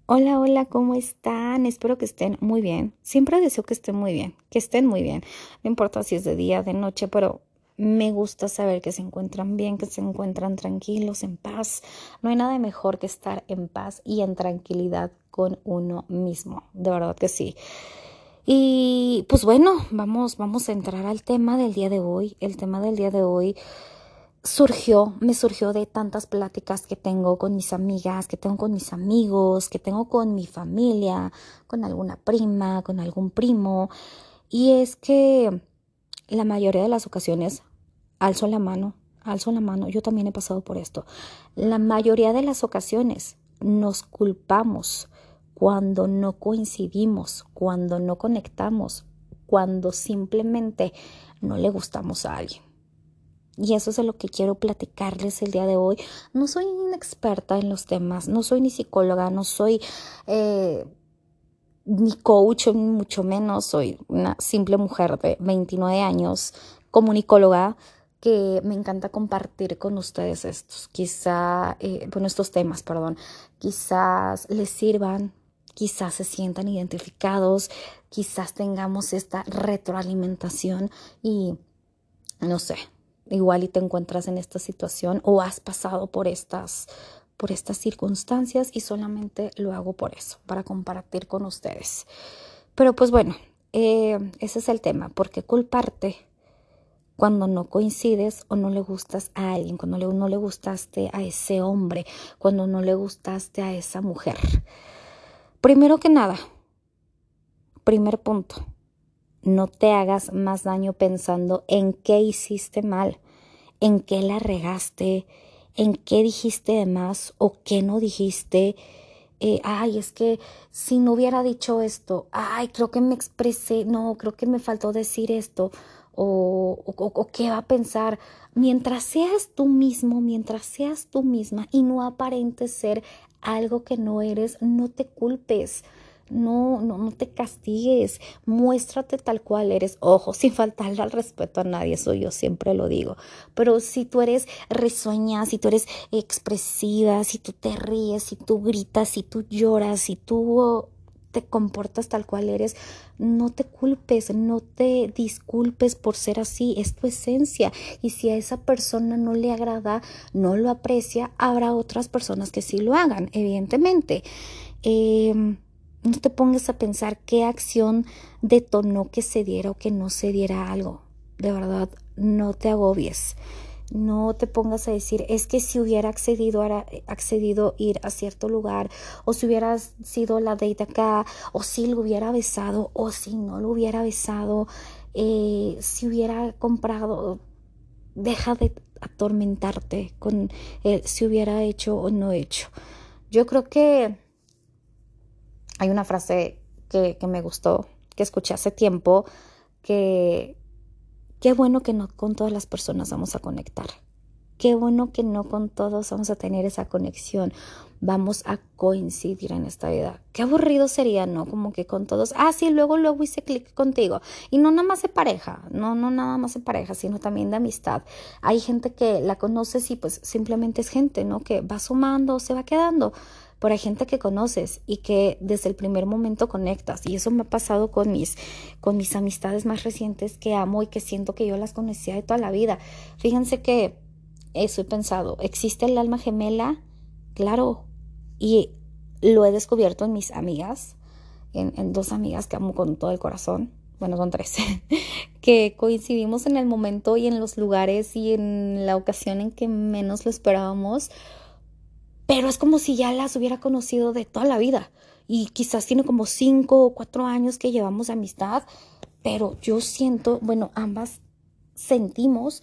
Hola, hola, ¿cómo están? Espero que estén muy bien. Siempre deseo que estén muy bien, que estén muy bien. No importa si es de día, de noche, pero me gusta saber que se encuentran bien, que se encuentran tranquilos, en paz. No hay nada mejor que estar en paz y en tranquilidad con uno mismo. De verdad que sí. Y pues bueno, vamos a entrar al tema del día de hoy. El tema del día de hoy me surgió de tantas pláticas que tengo con mis amigas, que tengo con mis amigos, que tengo con mi familia, con alguna prima, con algún primo. Y es que la mayoría de las ocasiones alzo la mano, yo también he pasado por esto. La mayoría de las ocasiones nos culpamos cuando no coincidimos, cuando no conectamos, cuando simplemente no le gustamos a alguien. Y eso es de lo que quiero platicarles el día de hoy. No soy una experta en los temas, no soy ni psicóloga, no soy ni coach, ni mucho menos. Soy una simple mujer de 29 años, comunicóloga, que me encanta compartir con ustedes estos temas, perdón. Quizás les sirvan, quizás se sientan identificados, quizás tengamos esta retroalimentación y no sé, igual y te encuentras en esta situación o has pasado por estas circunstancias y solamente lo hago por eso, para compartir con ustedes. Pero pues bueno, ese es el tema. ¿Por qué culparte cuando no coincides o no le gustas a alguien, cuando no le gustaste a ese hombre, cuando no le gustaste a esa mujer? Primero que nada, primer punto, no te hagas más daño pensando en qué hiciste mal, en qué la regaste, en qué dijiste de más o qué no dijiste. Es que si no hubiera dicho esto, creo que me expresé, no, creo que me faltó decir esto, o qué va a pensar. Mientras seas tú mismo, mientras seas tú misma y no aparentes ser algo que no eres, no te culpes. No te castigues, muéstrate tal cual eres. Ojo, sin faltarle al respeto a nadie, eso yo siempre lo digo. Pero si tú eres risueña, si tú eres expresiva, si tú te ríes, si tú gritas, si tú lloras, si tú te comportas tal cual eres, no te culpes, no te disculpes por ser así, es tu esencia. Y si a esa persona no le agrada, no lo aprecia, habrá otras personas que sí lo hagan, evidentemente. No te pongas a pensar qué acción detonó que se diera o que no se diera algo. De verdad, no te agobies. No te pongas a decir, es que si hubiera accedido a ir a cierto lugar, o si hubiera sido la date acá, o si lo hubiera besado, o si no lo hubiera besado, si hubiera comprado, deja de atormentarte con si hubiera hecho o no hecho. Yo creo que hay una frase que me gustó, que escuché hace tiempo, que qué bueno que no con todas las personas vamos a conectar. Qué bueno que no con todos vamos a tener esa conexión. Vamos a coincidir en esta vida. Qué aburrido sería, ¿no? Como que con todos, sí, luego hice clic contigo. Y no nada más de pareja, no nada más de pareja, sino también de amistad. Hay gente que la conoces y pues simplemente es gente, ¿no? Que va sumando, se va quedando. Pero hay gente que conoces y que desde el primer momento conectas. Y eso me ha pasado con mis amistades más recientes que amo y que siento que yo las conocía de toda la vida. Fíjense que eso he pensado, ¿existe el alma gemela? Claro, y lo he descubierto en mis amigas, en dos amigas que amo con todo el corazón, bueno, son tres, que coincidimos en el momento y en los lugares y en la ocasión en que menos lo esperábamos, pero es como si ya las hubiera conocido de toda la vida. Y quizás tiene como 5 o 4 años que llevamos de amistad, pero yo siento, bueno, ambas sentimos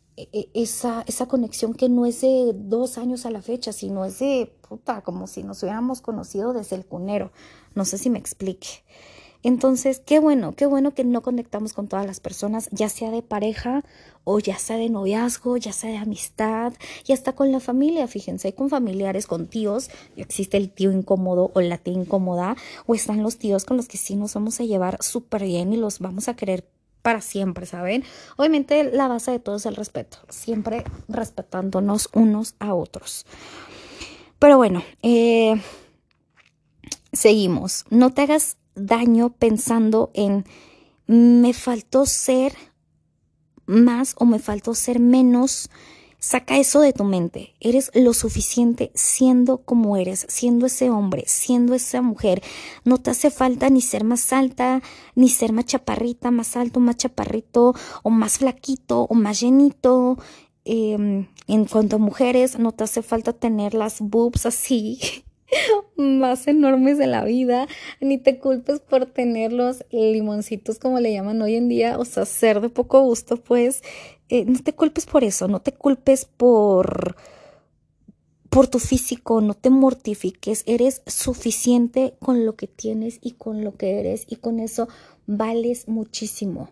esa conexión que no es de 2 años a la fecha, sino es de como si nos hubiéramos conocido desde el cunero. No sé si me explique. Entonces, qué bueno que no conectamos con todas las personas, ya sea de pareja o ya sea de noviazgo, ya sea de amistad y hasta con la familia. Fíjense, hay con familiares, con tíos, existe el tío incómodo o la tía incómoda, o están los tíos con los que sí nos vamos a llevar súper bien y los vamos a querer para siempre, ¿saben? Obviamente la base de todo es el respeto, siempre respetándonos unos a otros. Pero bueno, Seguimos. No te hagas daño pensando en me faltó ser más o me faltó ser menos. Saca eso de tu mente. Eres lo suficiente siendo como eres, siendo ese hombre, siendo esa mujer. No te hace falta ni ser más alta, ni ser más chaparrita, más alto, más chaparrito, o más flaquito, o más llenito. En cuanto a mujeres, no te hace falta tener las boobs así más enormes de la vida, ni te culpes por tener los limoncitos como le llaman hoy en día, o sea, ser de poco gusto, pues, no te culpes por eso, no te culpes por tu físico, no te mortifiques, eres suficiente con lo que tienes y con lo que eres, y con eso vales muchísimo.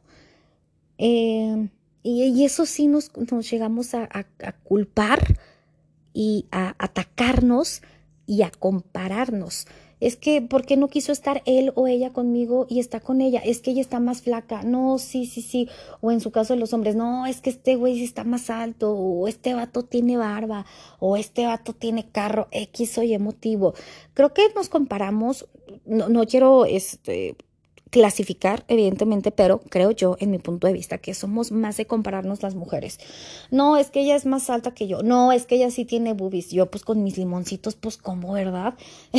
Y eso sí nos llegamos a culpar y a atacarnos y a compararnos. Es que, ¿por qué no quiso estar él o ella conmigo y está con ella? Es que ella está más flaca. No, sí, sí, sí. O en su caso de los hombres, no, es que este güey sí está más alto, o este vato tiene barba, o este vato tiene carro, X o Y motivo. Creo que nos comparamos, no quiero clasificar, evidentemente, pero creo yo, en mi punto de vista, que somos más de compararnos las mujeres. No, es que ella es más alta que yo. No, es que ella sí tiene boobies. Yo, pues, con mis limoncitos, pues, ¿cómo, verdad?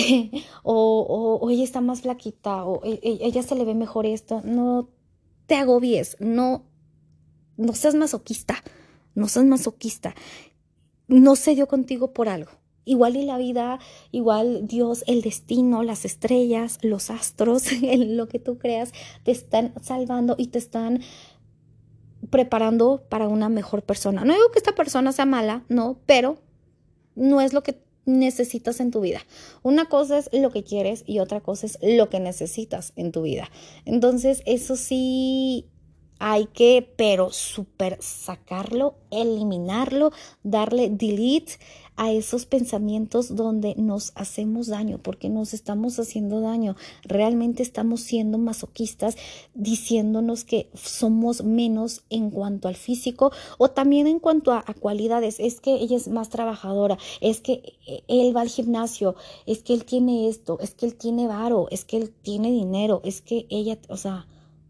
O ella está más flaquita, o ella se le ve mejor esto. No te agobies, no seas masoquista, no seas masoquista. No se dio contigo por algo. Igual y la vida, igual Dios, el destino, las estrellas, los astros, lo que tú creas, te están salvando y te están preparando para una mejor persona. No digo que esta persona sea mala, no, pero no es lo que necesitas en tu vida. Una cosa es lo que quieres y otra cosa es lo que necesitas en tu vida. Entonces, eso sí hay que, pero súper sacarlo, eliminarlo, darle delete a esos pensamientos donde nos hacemos daño, porque nos estamos haciendo daño. Realmente estamos siendo masoquistas, diciéndonos que somos menos en cuanto al físico o también en cuanto a cualidades. Es que ella es más trabajadora, es que él va al gimnasio, es que él tiene esto, es que él tiene varo, es que él tiene dinero, es que ella, o sea,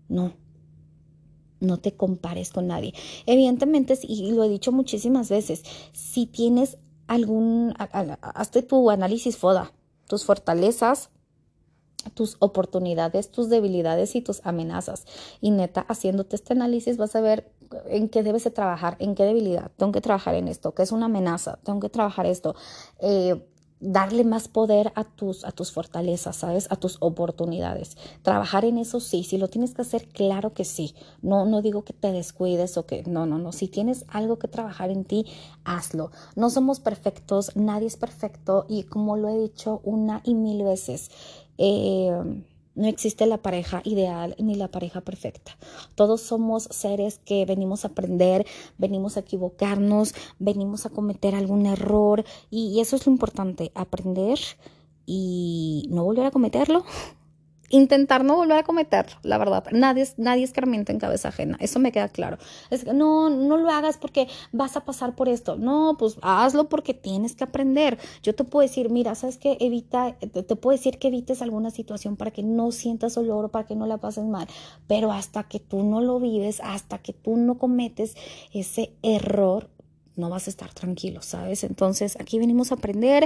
no te compares con nadie. Evidentemente, y lo he dicho muchísimas veces, si tienes hazte tu análisis FODA, tus fortalezas, tus oportunidades, tus debilidades y tus amenazas. Y neta, haciéndote este análisis vas a ver en qué debes de trabajar, en qué debilidad. Tengo que trabajar en esto, que es una amenaza. Tengo que trabajar esto. Darle más poder a tus fortalezas, ¿sabes? A tus oportunidades. Trabajar en eso sí, si lo tienes que hacer, claro que sí. No digo que te descuides o que no. Si tienes algo que trabajar en ti, hazlo. No somos perfectos, nadie es perfecto y como lo he dicho una y mil veces, no existe la pareja ideal ni la pareja perfecta. Todos somos seres que venimos a aprender, venimos a equivocarnos, venimos a cometer algún error y eso es lo importante, aprender y no volver a cometerlo. Intentar no volver a cometerlo, la verdad. Nadie escarmienta en cabeza ajena, eso me queda claro. Es que no lo hagas porque vas a pasar por esto. No, pues hazlo porque tienes que aprender. Yo te puedo decir, mira, ¿sabes qué? Te puedo decir que evites alguna situación para que no sientas dolor o para que no la pases mal. Pero hasta que tú no lo vives, hasta que tú no cometes ese error, no vas a estar tranquilo, ¿sabes? Entonces, aquí venimos a aprender,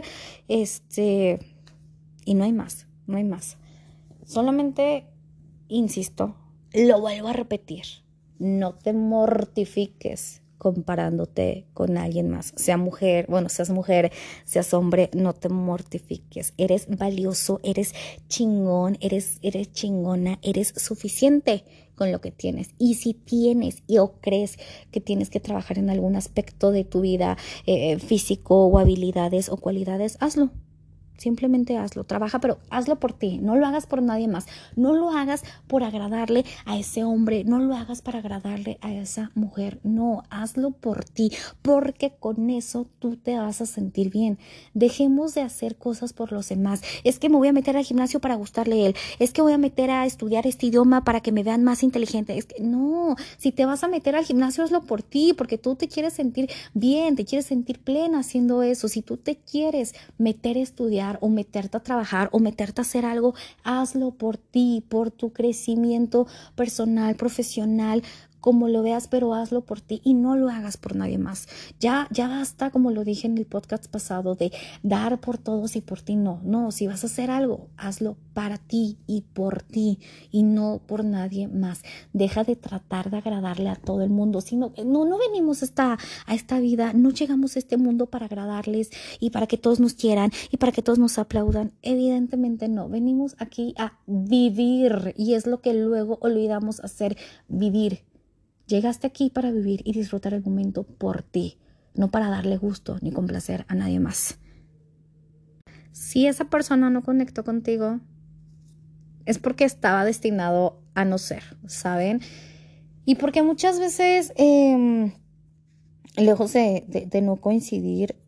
y no hay más, no hay más. Solamente, insisto, lo vuelvo a repetir, no te mortifiques comparándote con alguien más, seas mujer, seas hombre, no te mortifiques, eres valioso, eres chingón, eres chingona, eres suficiente con lo que tienes. Y si tienes o crees que tienes que trabajar en algún aspecto de tu vida, físico o habilidades o cualidades, hazlo. Simplemente hazlo, trabaja, pero hazlo por ti, no lo hagas por nadie más, no lo hagas por agradarle a ese hombre, no lo hagas para agradarle a esa mujer, no, hazlo por ti, porque con eso tú te vas a sentir bien. Dejemos de hacer cosas por los demás. Es que me voy a meter al gimnasio para gustarle a él, es que voy a meter a estudiar este idioma para que me vean más inteligente. Es que no, si te vas a meter al gimnasio, hazlo por ti, porque tú te quieres sentir bien, te quieres sentir plena haciendo eso. Si tú te quieres meter a estudiar, estudiar o meterte a trabajar o meterte a hacer algo, hazlo por ti, por tu crecimiento personal, profesional, como lo veas, pero hazlo por ti y no lo hagas por nadie más. Ya basta, como lo dije en el podcast pasado, de dar por todos y por ti no. No, si vas a hacer algo, hazlo para ti y por ti y no por nadie más. Deja de tratar de agradarle a todo el mundo, sino no venimos a esta vida, no llegamos a este mundo para agradarles y para que todos nos quieran y para que todos nos aplaudan. Evidentemente no, venimos aquí a vivir y es lo que luego olvidamos hacer, vivir. Llegaste aquí para vivir y disfrutar el momento por ti, no para darle gusto ni complacer a nadie más. Si esa persona no conectó contigo, es porque estaba destinado a no ser, ¿saben? Y porque muchas veces, lejos de no coincidir,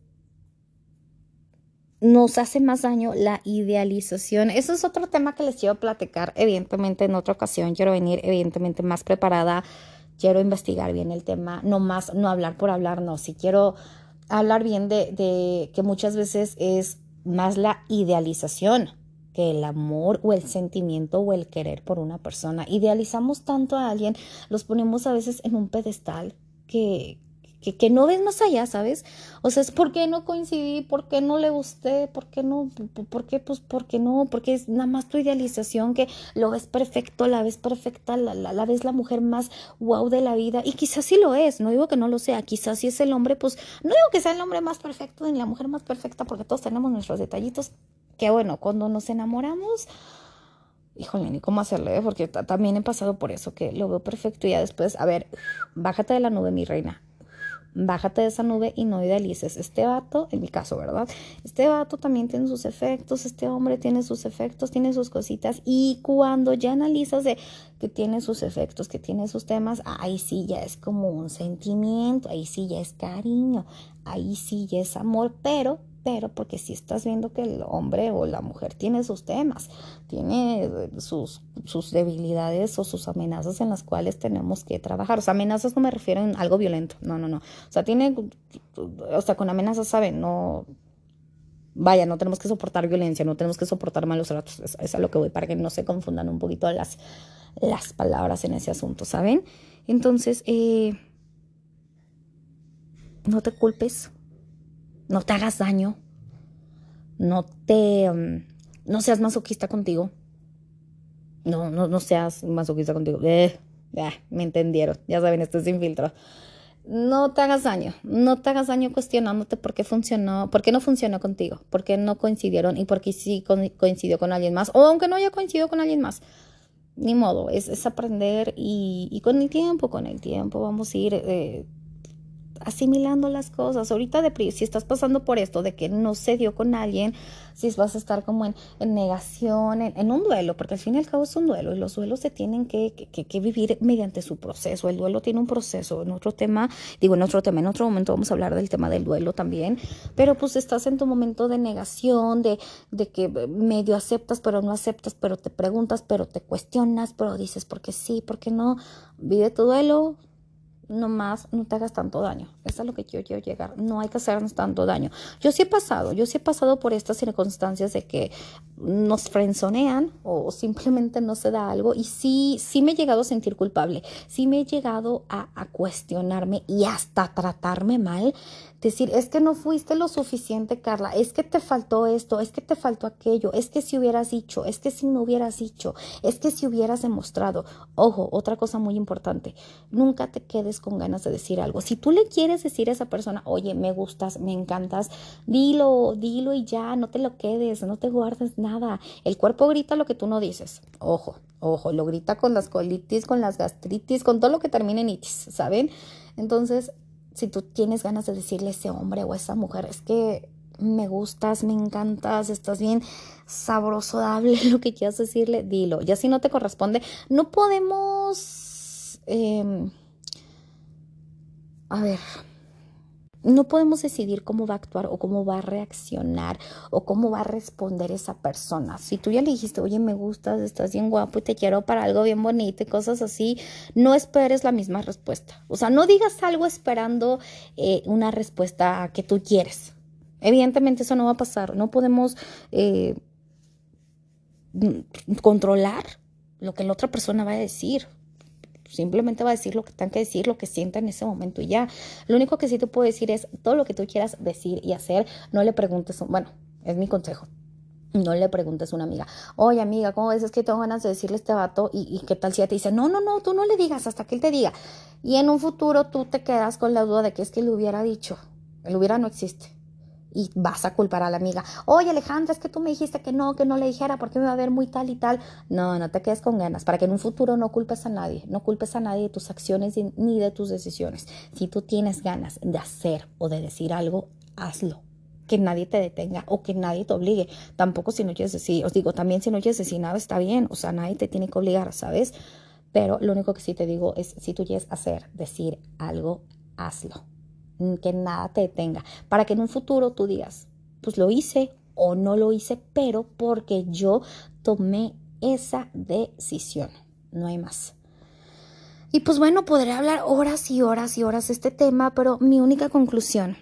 nos hace más daño la idealización. Eso es otro tema que les quiero platicar, evidentemente en otra ocasión. Quiero venir, evidentemente, más preparada. Quiero investigar bien el tema, no hablar por hablar, no. Si quiero hablar bien de que muchas veces es más la idealización que el amor o el sentimiento o el querer por una persona. Idealizamos tanto a alguien, los ponemos a veces en un pedestal que no ves más allá, ¿sabes? O sea, es ¿por qué no coincidí? ¿Por qué no le gusté? ¿Por qué no? ¿Por qué? Pues porque no, porque es nada más tu idealización que lo ves perfecto, la ves perfecta, la ves la mujer más wow de la vida y quizás sí lo es, no digo que no lo sea, quizás sí es el hombre, pues no digo que sea el hombre más perfecto ni la mujer más perfecta porque todos tenemos nuestros detallitos, que bueno, cuando nos enamoramos, híjole, ni cómo hacerle, porque también he pasado por eso, que lo veo perfecto y ya después, a ver, bájate de la nube, mi reina. Bájate de esa nube y no idealices. Este vato, en mi caso, ¿verdad? Este vato también tiene sus efectos, este hombre tiene sus efectos, tiene sus cositas. Y cuando ya analizas de que tiene sus efectos, que tiene sus temas, ahí sí ya es como un sentimiento, ahí sí ya es cariño, ahí sí ya es amor, pero porque si estás viendo que el hombre o la mujer tiene sus temas, tiene sus debilidades o sus amenazas en las cuales tenemos que trabajar. O sea, amenazas no me refiero a algo violento, no. O sea, con amenazas, ¿saben? No, vaya, no tenemos que soportar violencia, no tenemos que soportar malos tratos. Es a lo que voy, para que no se confundan un poquito las palabras en ese asunto, ¿saben? Entonces, no te culpes, no te hagas daño, no seas masoquista contigo. No seas masoquista contigo. Me entendieron. Ya saben, esto es sin filtro. No te hagas daño. No te hagas daño cuestionándote por qué funcionó, por qué no funcionó contigo, por qué no coincidieron y por qué sí coincidió con alguien más. O aunque no haya coincidido con alguien más. Ni modo, es aprender y con el tiempo vamos a ir asimilando las cosas. Ahorita si estás pasando por esto de que no se dio con alguien, si vas a estar como en negación, en un duelo, porque al fin y al cabo es un duelo y los duelos se tienen que vivir mediante su proceso. El duelo tiene un proceso. En otro momento vamos a hablar del tema del duelo también, pero pues estás en tu momento de negación, de que medio aceptas, pero no aceptas, pero te preguntas, pero te cuestionas, pero dices, ¿por qué sí? ¿Por qué no? Vive tu duelo. No más, no te hagas tanto daño. Eso es lo que yo quiero llegar. No hay que hacernos tanto daño. Yo sí he pasado por estas circunstancias de que nos frenzonean o simplemente no se da algo y sí me he llegado a sentir culpable. Sí me he llegado a cuestionarme y hasta tratarme mal. Decir, es que no fuiste lo suficiente, Carla. Es que te faltó esto, es que te faltó aquello. Es que si hubieras dicho, es que si no hubieras dicho, es que si hubieras demostrado. Ojo, otra cosa muy importante. Nunca te quedes con ganas de decir algo. Si tú le quieres decir a esa persona, oye, me gustas, me encantas, dilo y ya, no te lo quedes, no te guardes nada. El cuerpo grita lo que tú no dices. Ojo, lo grita con las colitis, con las gastritis, con todo lo que termine en itis, ¿saben? Entonces, si tú tienes ganas de decirle a ese hombre o a esa mujer, es que me gustas, me encantas, estás bien sabroso, dable, lo que quieras decirle, dilo. Ya si no te corresponde, no podemos... no podemos decidir cómo va a actuar o cómo va a reaccionar o cómo va a responder esa persona. Si tú ya le dijiste, oye, me gustas, estás bien guapo y te quiero para algo bien bonito y cosas así, no esperes la misma respuesta. O sea, no digas algo esperando una respuesta que tú quieres. Evidentemente eso no va a pasar. No podemos controlar lo que la otra persona va a decir. Simplemente va a decir lo que tenga que decir, lo que sienta en ese momento y ya. Lo único que sí te puedo decir es todo lo que tú quieras decir y hacer, no le preguntes, bueno, es mi consejo. No le preguntes a una amiga, oye amiga, ¿cómo ves? Es que tengo ganas de decirle a este vato y qué tal si ella te dice, no, tú no le digas hasta que él te diga. Y en un futuro tú te quedas con la duda de que es que le hubiera dicho. El hubiera no existe. Y vas a culpar a la amiga, oye Alejandra, es que tú me dijiste que no le dijera porque me va a ver muy tal y tal. No te quedes con ganas, para que en un futuro no culpes a nadie, no culpes a nadie de tus acciones ni de tus decisiones. Si tú tienes ganas de hacer o de decir algo, hazlo. Que nadie te detenga o que nadie te obligue. Tampoco si no quieres decir, os digo, también si no quieres decir nada está bien, o sea, nadie te tiene que obligar, ¿sabes? Pero lo único que sí te digo es, si tú quieres hacer, decir algo, hazlo. Que nada te detenga, para que en un futuro tú digas, pues lo hice o no lo hice, pero porque yo tomé esa decisión, no hay más. Y pues bueno, podré hablar horas y horas y horas de este tema, pero mi única conclusión,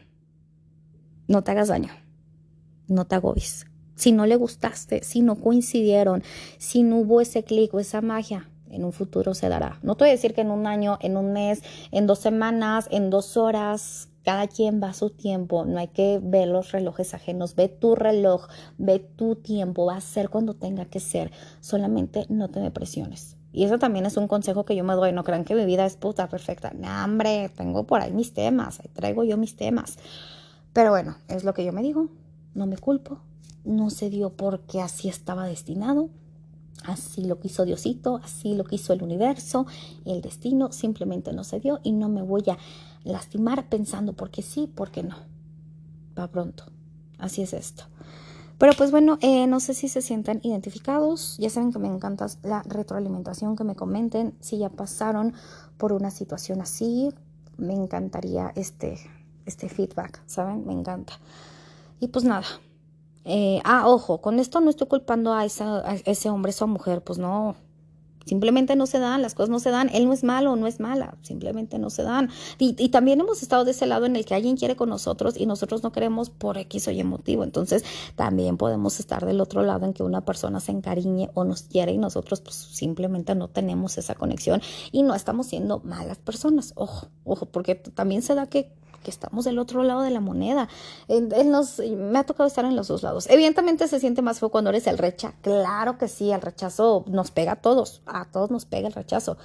no te hagas daño, no te agobies. Si no le gustaste, si no coincidieron, si no hubo ese clic o esa magia, en un futuro se dará. No te voy a decir que en un año, en un mes, en 2 semanas, en 2 horas, cada quien va a su tiempo. No hay que ver los relojes ajenos. Ve tu reloj, ve tu tiempo. Va a ser cuando tenga que ser. Solamente no te me presiones. Y eso también es un consejo que yo me doy. No crean que mi vida es puta perfecta. No, hombre, tengo por ahí mis temas. Ahí traigo yo mis temas. Pero bueno, es lo que yo me digo. No me culpo. No se dio porque así estaba destinado. Así lo quiso Diosito, así lo quiso el universo, el destino simplemente no se dio y no me voy a lastimar pensando porque sí, porque no. Va pronto. Así es esto. Pero pues bueno, no sé si se sientan identificados. Ya saben que me encanta la retroalimentación, que me comenten si ya pasaron por una situación así. Me encantaría este feedback, ¿saben? Me encanta. Y pues nada. Ojo, con esto no estoy culpando a ese hombre o mujer, pues no. Simplemente no se dan, las cosas no se dan. Él no es malo o no es mala, simplemente no se dan. Y también hemos estado de ese lado en el que alguien quiere con nosotros y nosotros no queremos por X o Y motivo. Entonces también podemos estar del otro lado en que una persona se encariñe o nos quiere y nosotros pues simplemente no tenemos esa conexión y no estamos siendo malas personas. Ojo, porque también se da que estamos del otro lado de la moneda. Me ha tocado estar en los dos lados. Evidentemente se siente más feo cuando eres el recha. Claro que sí, el rechazo nos pega a todos nos pega el rechazo.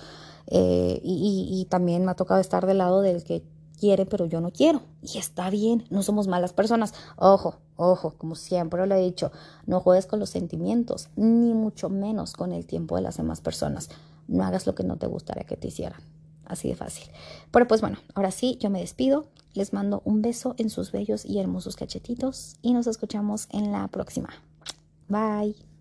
Y también me ha tocado estar del lado del que quiere, pero yo no quiero. Y está bien, no somos malas personas. Ojo, como siempre lo he dicho, no juegues con los sentimientos, ni mucho menos con el tiempo de las demás personas. No hagas lo que no te gustaría que te hicieran. Así de fácil. Pero pues bueno, ahora sí, yo me despido. Les mando un beso en sus bellos y hermosos cachetitos y nos escuchamos en la próxima. Bye.